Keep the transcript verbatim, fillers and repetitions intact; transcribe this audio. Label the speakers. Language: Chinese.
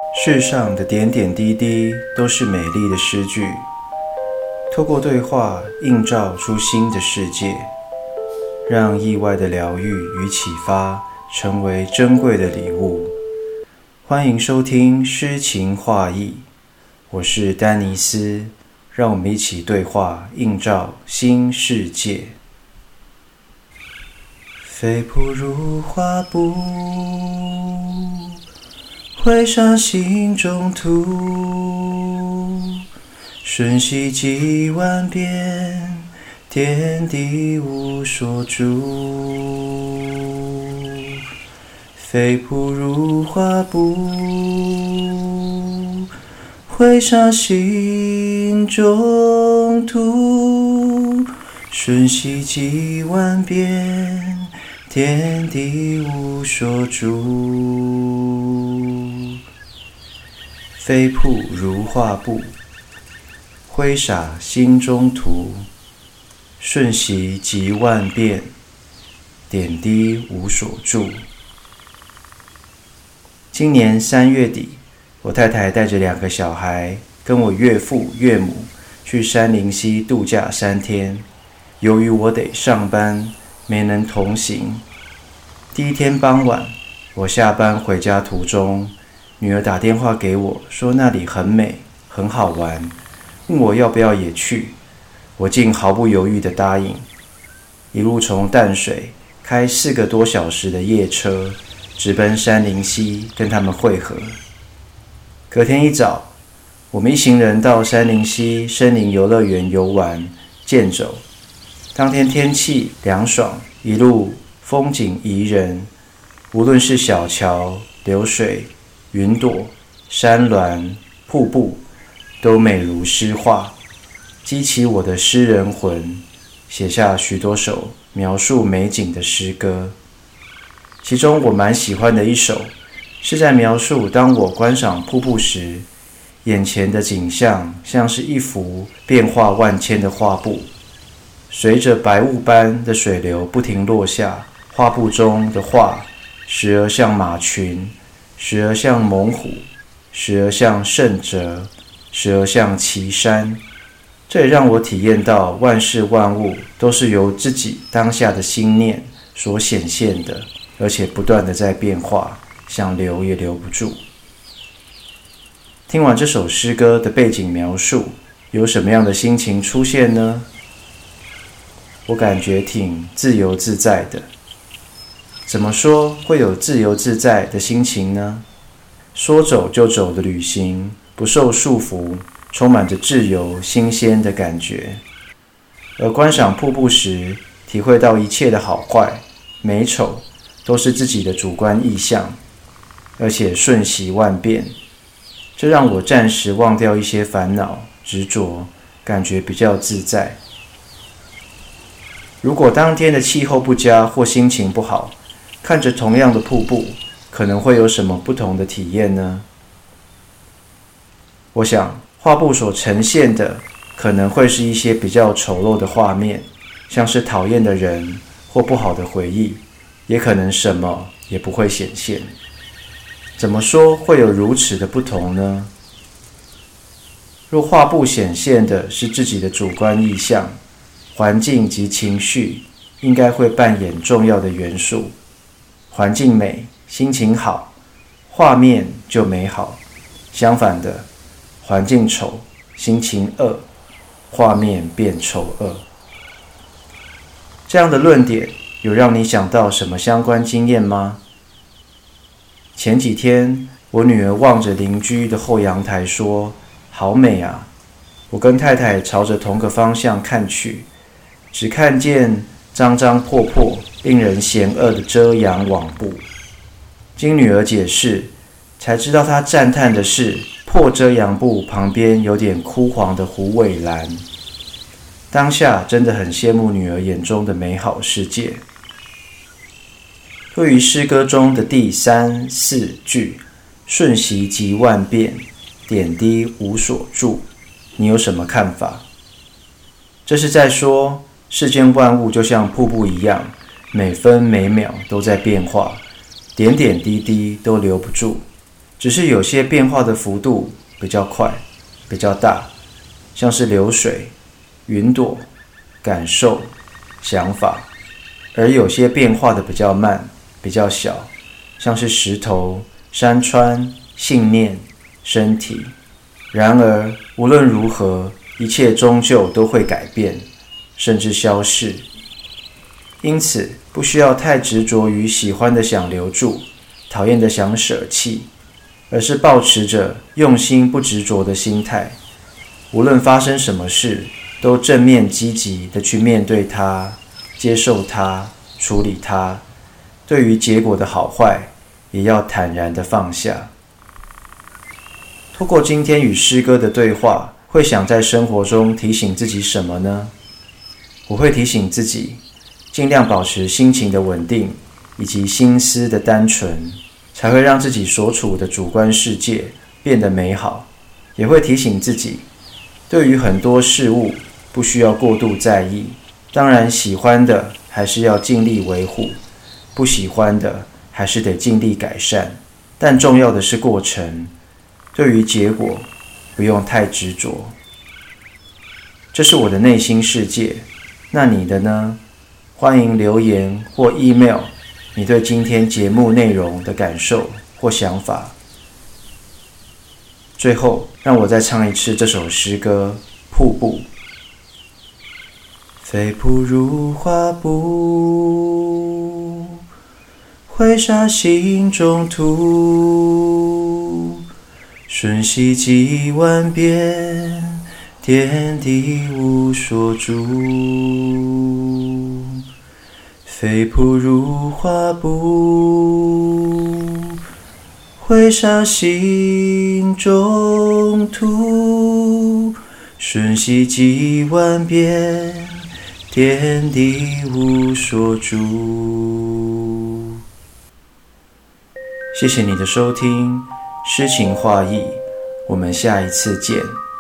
Speaker 1: 世上的点点滴滴都是美丽的诗句，透过对话映照出新的世界，让意外的疗愈与启发成为珍贵的礼物。欢迎收听诗情画意，我是丹尼斯，让我们一起对话映照新世界。飞扑如画布，绘上心中图，瞬息几万变，天地无所住。飞扑如画布，绘上心中图，瞬息几万变，天地无所住。飞扑如画布，挥洒心中图，瞬息即万变，点滴无所住。今年三月底，我太太带着两个小孩跟我岳父岳母去杉林溪度假三天。由于我得上班，没能同行。第一天傍晚，我下班回家途中，女儿打电话给我，说那里很美，很好玩，问我要不要也去。我竟毫不犹豫地答应。一路从淡水开四个多小时的夜车，直奔杉林溪跟他们会合。隔天一早，我们一行人到杉林溪森林游乐园游玩健走。当天天气凉爽，一路风景宜人，无论是小桥、流水、云朵、山峦、瀑布，都美如诗画，激起我的诗人魂，写下许多首描述美景的诗歌。其中我蛮喜欢的一首，是在描述当我观赏瀑布时，眼前的景象像是一幅变化万千的画布，随着白雾般的水流不停落下，画布中的画时而像马群，时而像猛虎，时而像圣哲，时而像奇山。这也让我体验到万事万物都是由自己当下的心念所显现的，而且不断的在变化，想留也留不住。听完这首诗歌的背景描述，有什么样的心情出现呢？我感觉挺自由自在的。怎么说会有自由自在的心情呢？说走就走的旅行，不受束缚，充满着自由新鲜的感觉。而观赏瀑布时，体会到一切的好坏美丑都是自己的主观意象，而且瞬息万变，这让我暂时忘掉一些烦恼执着，感觉比较自在。如果当天的气候不佳或心情不好，看着同样的瀑布，可能会有什么不同的体验呢？我想画布所呈现的可能会是一些比较丑陋的画面，像是讨厌的人或不好的回忆，也可能什么也不会显现。怎么说会有如此的不同呢？若画布显现的是自己的主观意象，环境及情绪应该会扮演重要的元素。环境美，心情好，画面就美好。相反的，环境丑，心情恶，画面变丑恶。这样的论点有让你想到什么相关经验吗？前几天，我女儿望着邻居的后阳台说：“好美啊！”我跟太太朝着同个方向看去，只看见脏脏破破、令人嫌恶的遮阳网布。经女儿解释，才知道她赞叹的是破遮阳布旁边有点枯黄的虎尾兰。当下真的很羡慕女儿眼中的美好世界。对于诗歌中的第三、四句“瞬息即万变，点滴无所住”，你有什么看法？这是在说，世间万物就像瀑布一样，每分每秒都在变化，点点滴滴都留不住， 只是有些变化的幅度比较快，比较大，像是流水、云朵、感受、想法；而有些变化的比较慢，比较小，像是石头、山川、信念、身体。然而，无论如何，一切终究都会改变，甚至消逝。因此，不需要太执着于喜欢的想留住，讨厌的想舍弃，而是抱持着用心不执着的心态，无论发生什么事，都正面积极地去面对它，接受它，处理它。对于结果的好坏，也要坦然地放下。透过今天与诗歌的对话，会想在生活中提醒自己什么呢？我会提醒自己，尽量保持心情的稳定，以及心思的单纯，才会让自己所处的主观世界变得美好。也会提醒自己，对于很多事物不需要过度在意，当然喜欢的还是要尽力维护，不喜欢的还是得尽力改善。但重要的是过程，对于结果不用太执着。这是我的内心世界，那你的呢？欢迎留言或 email 你对今天节目内容的感受或想法。最后，让我再唱一次这首诗歌《瀑布》。飞瀑如画布，挥洒心中土，瞬息几万变，天地无所住。飞瀑如画布，挥洒心中土，瞬息几万变，天地无所住。谢谢你的收听，诗情画意，我们下一次见。